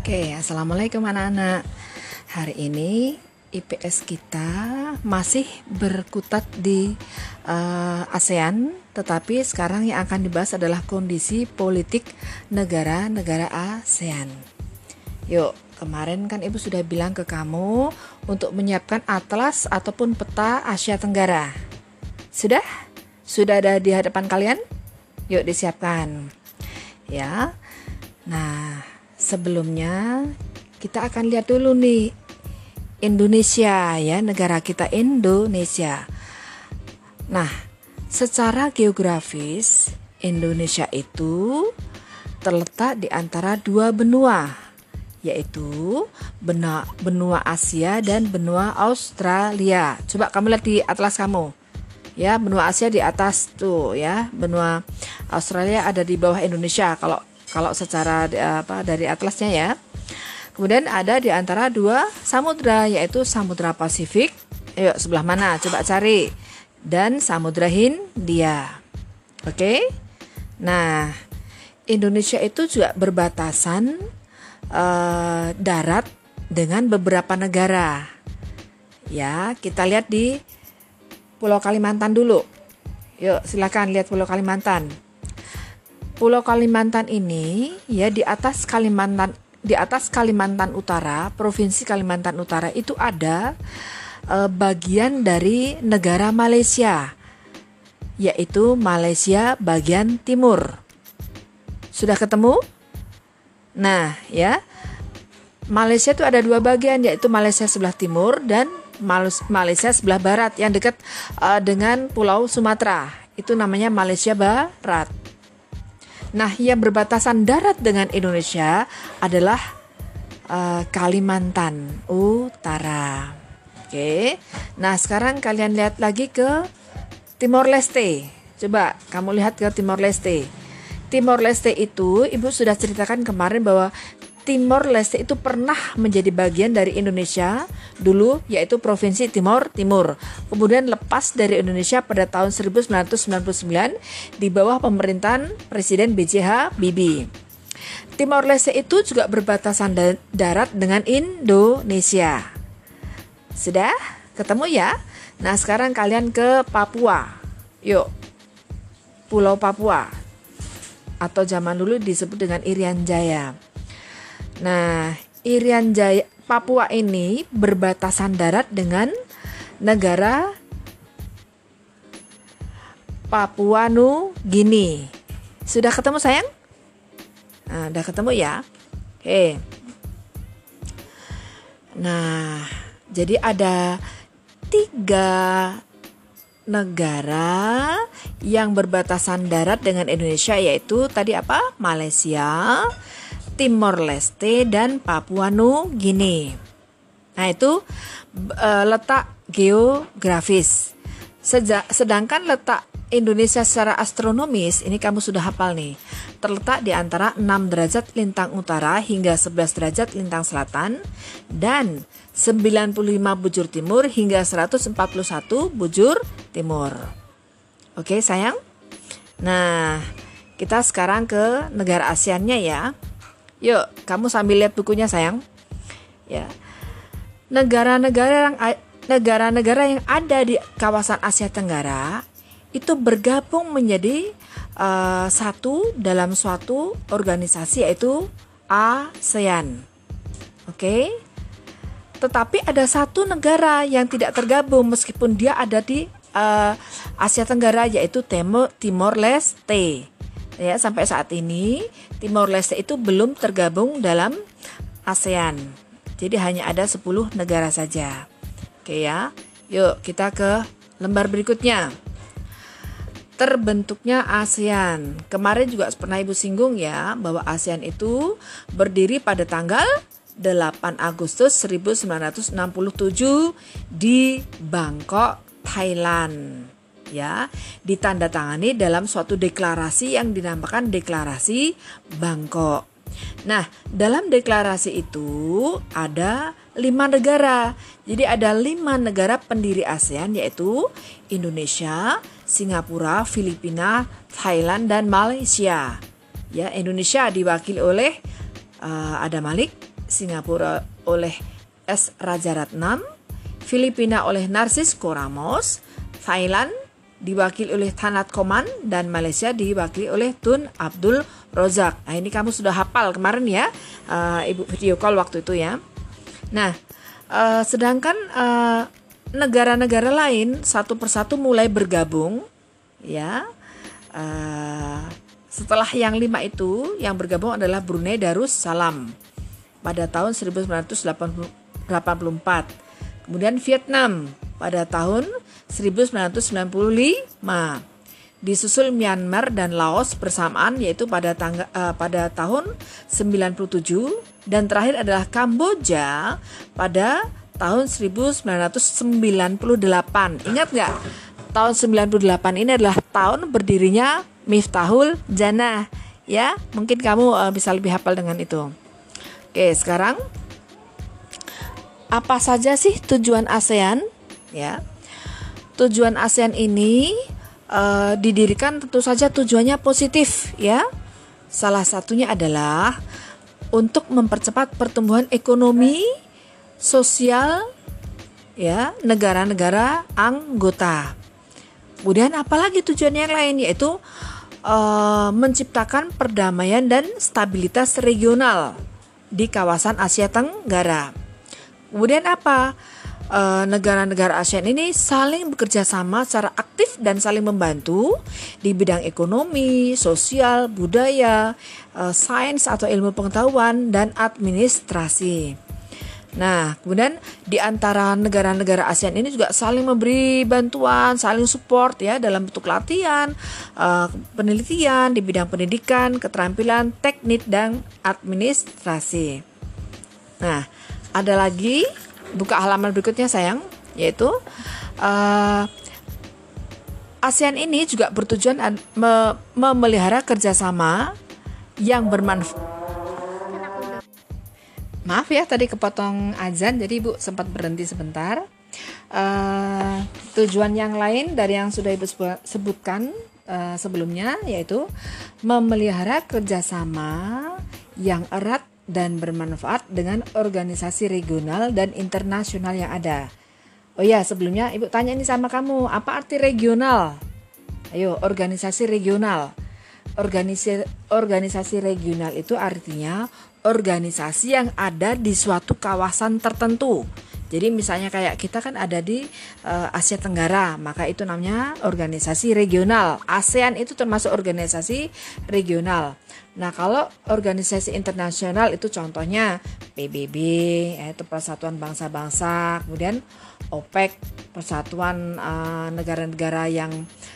Oke, assalamualaikum anak-anak. Hari ini IPS kita masih berkutat di ASEAN, tetapi sekarang yang akan dibahas adalah kondisi politik negara-negara ASEAN. Yuk, kemarin kan Ibu sudah bilang ke kamu untuk menyiapkan atlas ataupun peta Asia Tenggara. Sudah? Sudah ada di hadapan kalian? Yuk disiapkan. Ya. Nah, sebelumnya kita akan lihat dulu nih Indonesia ya, negara kita Indonesia. Nah, secara geografis Indonesia itu terletak di antara dua benua, yaitu benua Asia dan benua Australia. Coba kamu lihat di atlas kamu. Ya, benua Asia di atas tuh ya, benua Australia ada di bawah Indonesia kalau secara dari atlasnya ya. Kemudian ada di antara dua samudra, yaitu Samudra Pasifik. Ayo, sebelah mana? Coba cari. Dan Samudra Hindia. Oke? Nah, Indonesia itu juga berbatasan darat dengan beberapa negara. Ya, kita lihat di Pulau Kalimantan dulu. Yuk, silakan lihat Pulau Kalimantan. Pulau Kalimantan ini ya di atas Kalimantan Utara, Provinsi Kalimantan Utara itu ada bagian dari negara Malaysia, yaitu Malaysia bagian timur. Sudah ketemu? Nah, ya. Malaysia itu ada dua bagian, yaitu Malaysia sebelah timur dan Malaysia sebelah barat yang dekat dengan Pulau Sumatera. Itu namanya Malaysia Barat. Nah, yang berbatasan darat dengan Indonesia adalah Kalimantan Utara. Oke. Nah, sekarang kalian lihat lagi ke Timor Leste. Coba kamu lihat ke Timor Leste. Timor Leste itu Ibu sudah ceritakan kemarin bahwa Timor Leste itu pernah menjadi bagian dari Indonesia dulu, yaitu Provinsi Timor Timur. Kemudian lepas dari Indonesia pada tahun 1999 di bawah pemerintahan Presiden B.J. Habibie. Timor Leste itu juga berbatasan darat dengan Indonesia. Sudah ketemu ya? Nah, sekarang kalian ke Papua. Yuk, Pulau Papua. Atau zaman dulu disebut dengan Irian Jaya. Nah, Irian Jaya Papua ini berbatasan darat dengan negara Papua Nugini. Sudah ketemu sayang? Nah, udah ketemu ya? Oke. Nah, jadi ada 3 negara yang berbatasan darat dengan Indonesia, yaitu tadi apa? Malaysia, Timor Leste, dan Papua Nugini. Nah, itu letak geografis. Sedangkan letak Indonesia secara astronomis, ini kamu sudah hafal nih, terletak di antara 6 derajat lintang utara hingga 11 derajat lintang selatan dan 95 bujur timur hingga 141 bujur timur. Oke sayang? Nah, kita sekarang ke negara ASEAN-nya ya. Yuk, kamu sambil lihat bukunya sayang. Ya. Negara-negara yang ada di kawasan Asia Tenggara itu bergabung menjadi satu dalam suatu organisasi, yaitu ASEAN. Oke? Tetapi ada satu negara yang tidak tergabung meskipun dia ada di Asia Tenggara, yaitu Timor Leste. Ya, sampai saat ini Timor Leste itu belum tergabung dalam ASEAN. Jadi hanya ada 10 negara saja. Oke ya. Yuk kita ke lembar berikutnya. Terbentuknya ASEAN. Kemarin juga pernah Ibu singgung ya bahwa ASEAN itu berdiri pada tanggal 8 Agustus 1967 di Bangkok, Thailand. Ya, ditandatangani dalam suatu deklarasi yang dinamakan Deklarasi Bangkok. Nah, dalam deklarasi itu ada 5 negara. Jadi ada 5 negara pendiri ASEAN, yaitu Indonesia, Singapura, Filipina, Thailand, dan Malaysia. Ya, Indonesia diwakili oleh Adam Malik, Singapura oleh S. Rajaratnam, Filipina oleh Narsis Koramos, Thailand diwakili oleh Thanat Khoman, dan Malaysia diwakili oleh Tun Abdul Rozak. Nah, ini kamu sudah hafal kemarin ya, Ibu video call waktu itu ya. Nah, sedangkan negara-negara lain satu persatu mulai bergabung ya. Setelah yang 5 itu, yang bergabung adalah Brunei Darussalam pada tahun 1984. Kemudian Vietnam pada tahun 1995. Disusul Myanmar dan Laos bersamaan yaitu pada tahun 97, dan terakhir adalah Kamboja pada tahun 1998. Ingat nggak? Tahun 98 ini adalah tahun berdirinya Miftahul Jannah ya. Mungkin kamu bisa lebih hafal dengan itu. Oke, sekarang apa saja sih tujuan ASEAN ya? Tujuan ASEAN ini didirikan tentu saja tujuannya positif ya. Salah satunya adalah untuk mempercepat pertumbuhan ekonomi, sosial ya negara-negara anggota. Kemudian apalagi tujuan yang lain, yaitu menciptakan perdamaian dan stabilitas regional di kawasan Asia Tenggara. Kemudian apa? Negara-negara ASEAN ini saling bekerja sama secara aktif dan saling membantu di bidang ekonomi, sosial, budaya, sains atau ilmu pengetahuan, dan administrasi. Nah, kemudian di antara negara-negara ASEAN ini juga saling memberi bantuan, saling support ya dalam bentuk latihan, penelitian di bidang pendidikan, keterampilan, teknik, dan administrasi. Nah, ada lagi, buka halaman berikutnya sayang, yaitu ASEAN ini juga bertujuan memelihara kerjasama yang bermanfaat. Maaf ya, tadi kepotong azan, jadi Ibu sempat berhenti sebentar. Tujuan yang lain dari yang sudah Ibu sebutkan sebelumnya, yaitu memelihara kerjasama yang erat dan bermanfaat dengan organisasi regional dan internasional yang ada. Oh ya, sebelumnya Ibu tanya ini sama kamu, apa arti regional? Ayo, organisasi regional. Organisasi regional itu artinya organisasi yang ada di suatu kawasan tertentu. Jadi misalnya kayak kita kan ada di Asia Tenggara, maka itu namanya organisasi regional. ASEAN itu termasuk organisasi regional. Nah, kalau organisasi internasional itu contohnya PBB, yaitu Persatuan Bangsa-Bangsa, kemudian OPEC, Persatuan negara-negara yang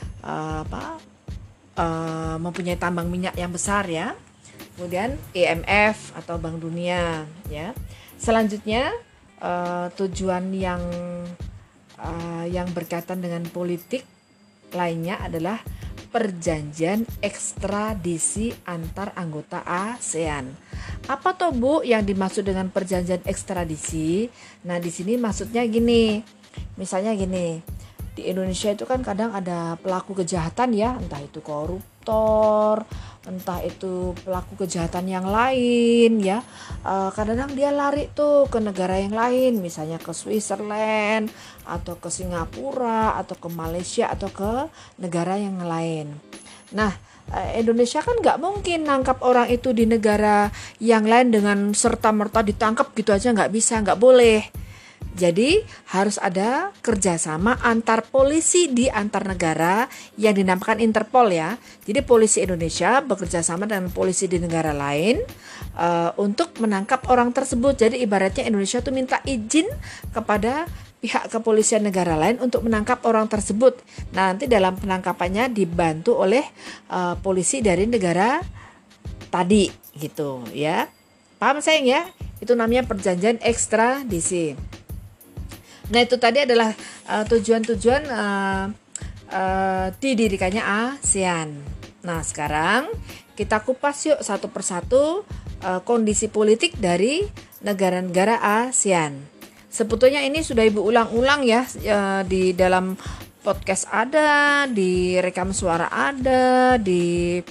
mempunyai tambang minyak yang besar ya. Kemudian IMF atau Bank Dunia ya. Selanjutnya tujuan yang berkaitan dengan politik lainnya adalah perjanjian ekstradisi antar anggota ASEAN. Apa toh Bu yang dimaksud dengan perjanjian ekstradisi? Nah, di sini maksudnya gini. Misalnya gini. Di Indonesia itu kan kadang ada pelaku kejahatan ya, entah itu koruptor, entah itu pelaku kejahatan yang lain ya. Kadang-kadang dia lari tuh ke negara yang lain, misalnya ke Switzerland atau ke Singapura atau ke Malaysia atau ke negara yang lain. Nah, Indonesia kan nggak mungkin nangkap orang itu di negara yang lain dengan serta-merta ditangkap gitu aja, nggak bisa, nggak boleh. Jadi harus ada kerjasama antar polisi di antar negara yang dinamakan Interpol ya. Jadi polisi Indonesia bekerja sama dengan polisi di negara lain untuk menangkap orang tersebut. Jadi ibaratnya Indonesia tuh minta izin kepada pihak kepolisian negara lain untuk menangkap orang tersebut. Nah, nanti dalam penangkapannya dibantu oleh polisi dari negara tadi gitu ya. Paham sayang ya? Itu namanya perjanjian ekstradisi. Nah, itu tadi adalah tujuan-tujuan didirikannya ASEAN. Nah, sekarang kita kupas yuk satu persatu kondisi politik dari negara-negara ASEAN. Sebetulnya ini sudah Ibu ulang-ulang ya, di dalam podcast ada, di rekam suara ada, di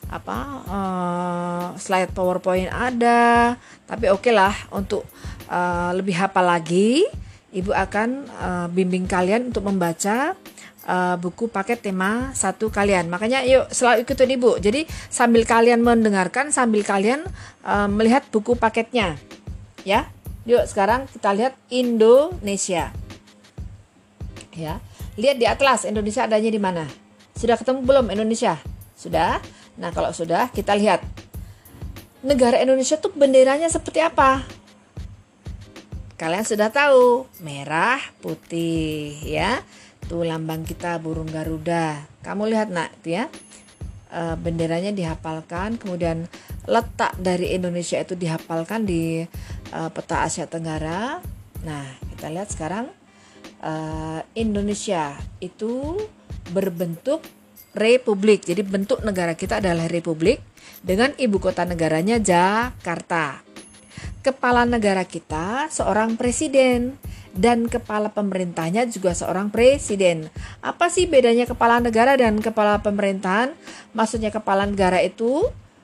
slide PowerPoint ada, tapi oke lah untuk lebih hafal lagi, Ibu akan bimbing kalian untuk membaca buku paket tema 1 kalian. Makanya yuk selalu ikutin Ibu. Jadi sambil kalian mendengarkan, sambil kalian melihat buku paketnya. Ya. Yuk sekarang kita lihat Indonesia. Ya. Lihat di atlas Indonesia adanya di mana? Sudah ketemu belum Indonesia? Sudah? Nah, kalau sudah kita lihat negara Indonesia tuh benderanya seperti apa? Kalian sudah tahu, merah, putih ya. Tuh lambang kita burung Garuda. Kamu lihat nak, ya. Benderanya dihafalkan, kemudian letak dari Indonesia itu dihafalkan di peta Asia Tenggara. Nah, kita lihat sekarang Indonesia itu berbentuk republik. Jadi bentuk negara kita adalah republik dengan ibu kota negaranya Jakarta. Kepala negara kita seorang presiden dan kepala pemerintahnya juga seorang presiden. Apa sih bedanya kepala negara dan kepala pemerintahan? Maksudnya kepala negara itu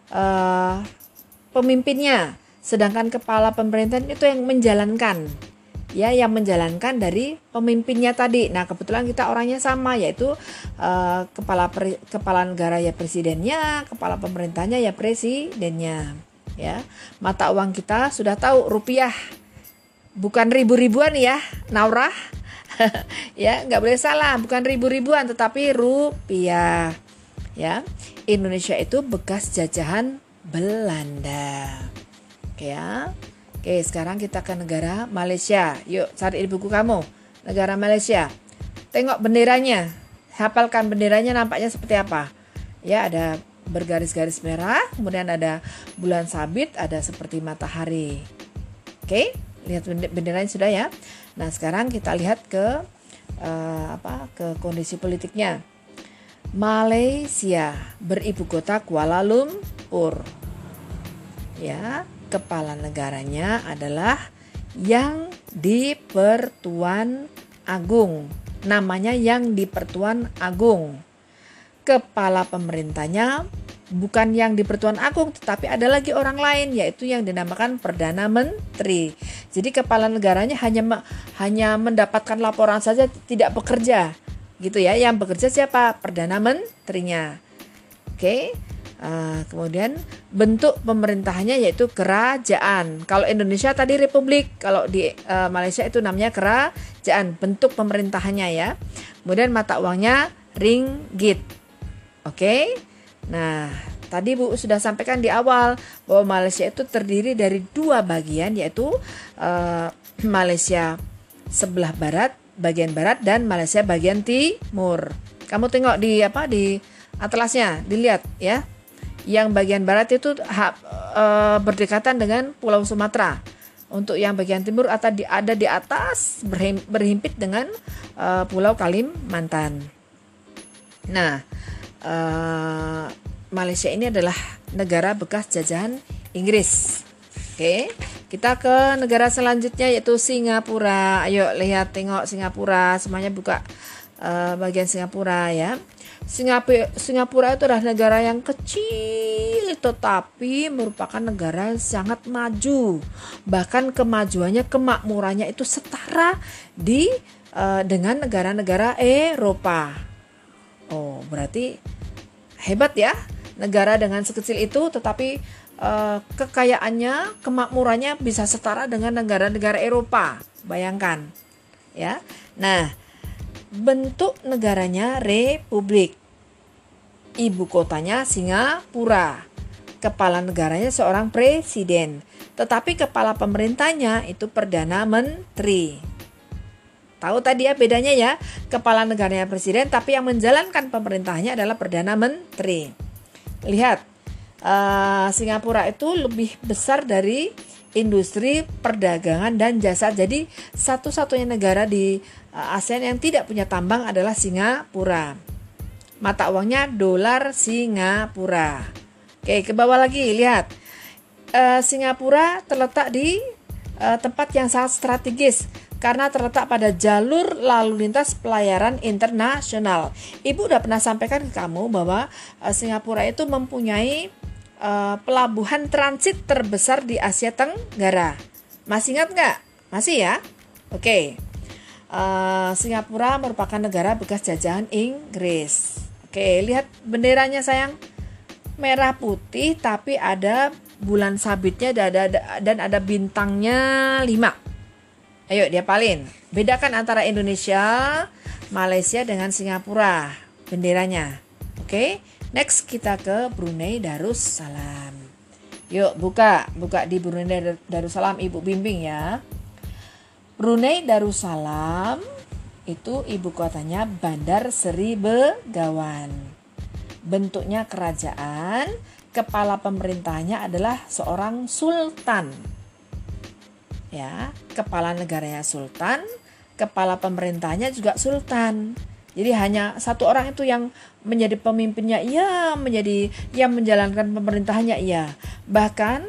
pemimpinnya, sedangkan kepala pemerintahan itu yang menjalankan. Ya, yang menjalankan dari pemimpinnya tadi. Nah, kebetulan kita orangnya sama, yaitu kepala negara ya presidennya, kepala pemerintahnya ya presidennya. Ya, mata uang kita sudah tahu rupiah, bukan ribu-ribuan ya, Naura. Ya, nggak boleh salah, bukan ribu-ribuan, tetapi rupiah. Ya, Indonesia itu bekas jajahan Belanda. Oke ya. Oke, sekarang kita ke negara Malaysia. Yuk, cari di buku kamu. Negara Malaysia. Tengok benderanya. Hafalkan benderanya nampaknya seperti apa. Ya, ada bergaris-garis merah, kemudian ada bulan sabit, ada seperti matahari. Oke, lihat benderanya sudah ya. Nah, sekarang kita lihat ke kondisi politiknya. Malaysia beribu kota Kuala Lumpur. Ya, kepala negaranya adalah Yang di-Pertuan Agung. Namanya Yang di-Pertuan Agung. Kepala pemerintahnya bukan Yang di-Pertuan Agung, tetapi ada lagi orang lain, yaitu yang dinamakan Perdana Menteri. Jadi kepala negaranya hanya mendapatkan laporan saja, tidak bekerja. Gitu ya, yang bekerja siapa? Perdana Menterinya. Oke. Kemudian bentuk pemerintahannya yaitu kerajaan. Kalau Indonesia tadi republik, kalau di Malaysia itu namanya kerajaan, bentuk pemerintahannya ya. Kemudian mata uangnya ringgit. Oke. Nah, tadi Bu sudah sampaikan di awal bahwa Malaysia itu terdiri dari 2 bagian, yaitu Malaysia sebelah barat, bagian barat, dan Malaysia bagian timur. Kamu tengok di atlasnya, dilihat ya. Yang bagian barat itu berdekatan dengan Pulau Sumatera. Untuk yang bagian timur ada di atas berhimpit dengan Pulau Kalimantan. Nah, Malaysia ini adalah negara bekas jajahan Inggris. Oke, kita ke negara selanjutnya yaitu Singapura. Ayo lihat, tengok Singapura, semuanya buka bagian Singapura ya. Singapura itu adalah negara yang kecil tetapi merupakan negara yang sangat maju. Bahkan kemajuannya, kemakmurannya itu setara dengan negara-negara Eropa. Oh, berarti hebat ya. Negara dengan sekecil itu tetapi kekayaannya, kemakmurannya bisa setara dengan negara-negara Eropa. Bayangkan. Ya. Nah, bentuk negaranya republik. Ibu kotanya Singapura. Kepala negaranya seorang presiden. Tetapi kepala pemerintahnya itu Perdana Menteri. Tahu tadi ya bedanya ya. Kepala negaranya presiden, tapi yang menjalankan pemerintahnya adalah Perdana Menteri. Lihat, Singapura itu lebih besar dari industri perdagangan dan jasa. Jadi satu-satunya negara di ASEAN yang tidak punya tambang adalah Singapura. Mata uangnya dolar Singapura. Oke, ke bawah lagi lihat. Singapura terletak di tempat yang sangat strategis. karena terletak pada jalur lalu lintas pelayaran internasional. Ibu udah pernah sampaikan ke kamu bahwa Singapura itu mempunyai pelabuhan transit terbesar di Asia Tenggara. Masih ingat nggak? Masih ya? Oke. Singapura merupakan negara bekas jajahan Inggris. Oke, lihat benderanya sayang. Merah putih tapi ada bulan sabitnya dan ada bintangnya 5. Ayo diapalin. Bedakan antara Indonesia, Malaysia dengan Singapura benderanya. Oke. Next kita ke Brunei Darussalam. Yuk buka di Brunei Darussalam, Ibu bimbing ya. Brunei Darussalam itu ibu kotanya Bandar Seri Begawan. Bentuknya kerajaan, kepala pemerintahnya adalah seorang sultan. Ya, kepala negaranya sultan, kepala pemerintahnya juga sultan. Jadi hanya satu orang itu yang menjadi pemimpinnya, yang menjalankan pemerintahannya, Bahkan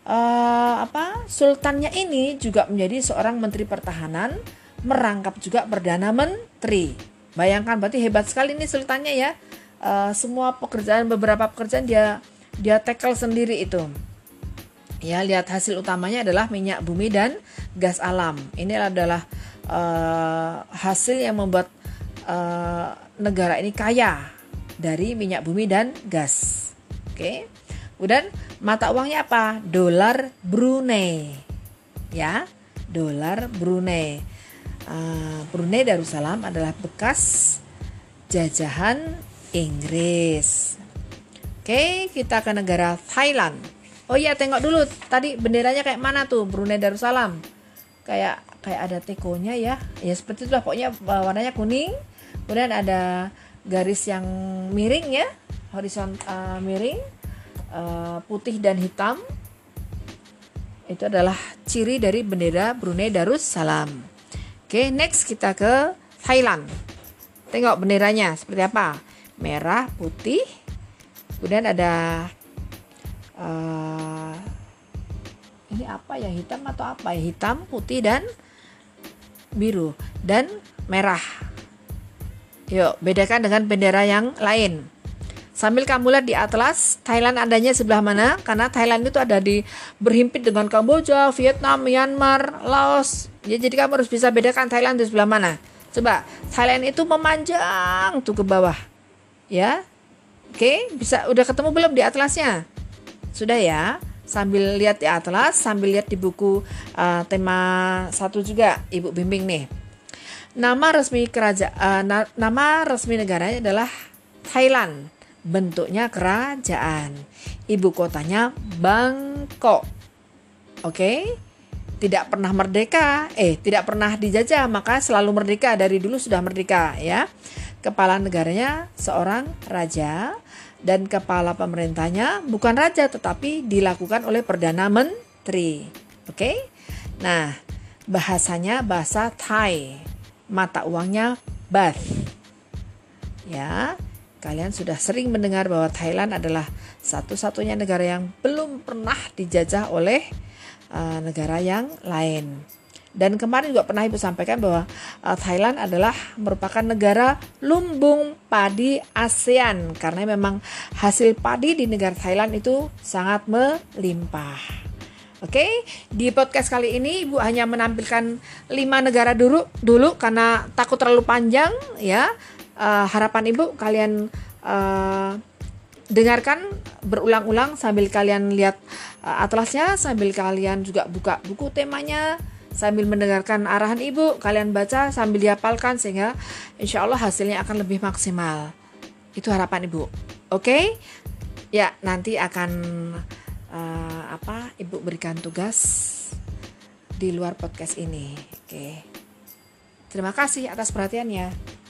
sultannya ini juga menjadi seorang menteri pertahanan, merangkap juga perdana menteri. Bayangkan, berarti hebat sekali nih sultannya ya. Semua beberapa pekerjaan dia tackle sendiri itu. Ya, lihat hasil utamanya adalah minyak bumi dan gas alam. Ini adalah hasil yang membuat negara ini kaya dari minyak bumi dan gas. Oke. Kemudian mata uangnya apa? Dolar Brunei. Ya, dolar Brunei. Brunei Darussalam adalah bekas jajahan Inggris. Oke, kita ke negara Thailand. Oh iya, tengok dulu tadi benderanya kayak mana tuh Brunei Darussalam. Kayak ada tekonya ya. Ya seperti itulah, pokoknya warnanya kuning. Kemudian ada garis yang miring ya, horizontal miring, putih dan hitam. Itu adalah ciri dari bendera Brunei Darussalam. Oke, next kita ke Thailand. Tengok benderanya seperti apa? Merah, putih. Kemudian ada ini apa ya? Hitam atau apa ya? Hitam, putih dan biru dan merah. Yuk, bedakan dengan bendera yang lain. Sambil kamu lihat di atlas, Thailand adanya sebelah mana? Karena Thailand itu ada berhimpit dengan Kamboja, Vietnam, Myanmar, Laos. Ya, jadi kamu harus bisa bedakan Thailand di sebelah mana. Coba, Thailand itu memanjang tuh ke bawah. Ya. Oke, udah ketemu belum di atlasnya? Sudah ya. Sambil lihat di atlas, sambil lihat di buku tema 1 juga, Ibu bimbing nih. Nama resmi negaranya adalah Thailand. Bentuknya kerajaan. Ibu kotanya Bangkok. Oke? Tidak pernah merdeka, tidak pernah dijajah, maka selalu merdeka, dari dulu sudah merdeka ya. Kepala negaranya seorang raja dan kepala pemerintahnya bukan raja tetapi dilakukan oleh perdana menteri. Oke? Nah, bahasanya bahasa Thai. Mata uangnya baht. Ya, kalian sudah sering mendengar bahwa Thailand adalah satu-satunya negara yang belum pernah dijajah oleh negara yang lain. Dan kemarin juga pernah Ibu sampaikan bahwa Thailand adalah merupakan negara lumbung padi ASEAN, karena memang hasil padi di negara Thailand itu sangat melimpah. Oke, di podcast kali ini Ibu hanya menampilkan 5 negara dulu karena takut terlalu panjang ya. Harapan Ibu kalian dengarkan berulang-ulang sambil kalian lihat atlasnya, sambil kalian juga buka buku temanya, sambil mendengarkan arahan Ibu, kalian baca sambil dihafalkan sehingga insya Allah hasilnya akan lebih maksimal. Itu harapan Ibu. Oke? Ya, nanti akan Ibu berikan tugas di luar podcast ini. Oke. Terima kasih atas perhatiannya.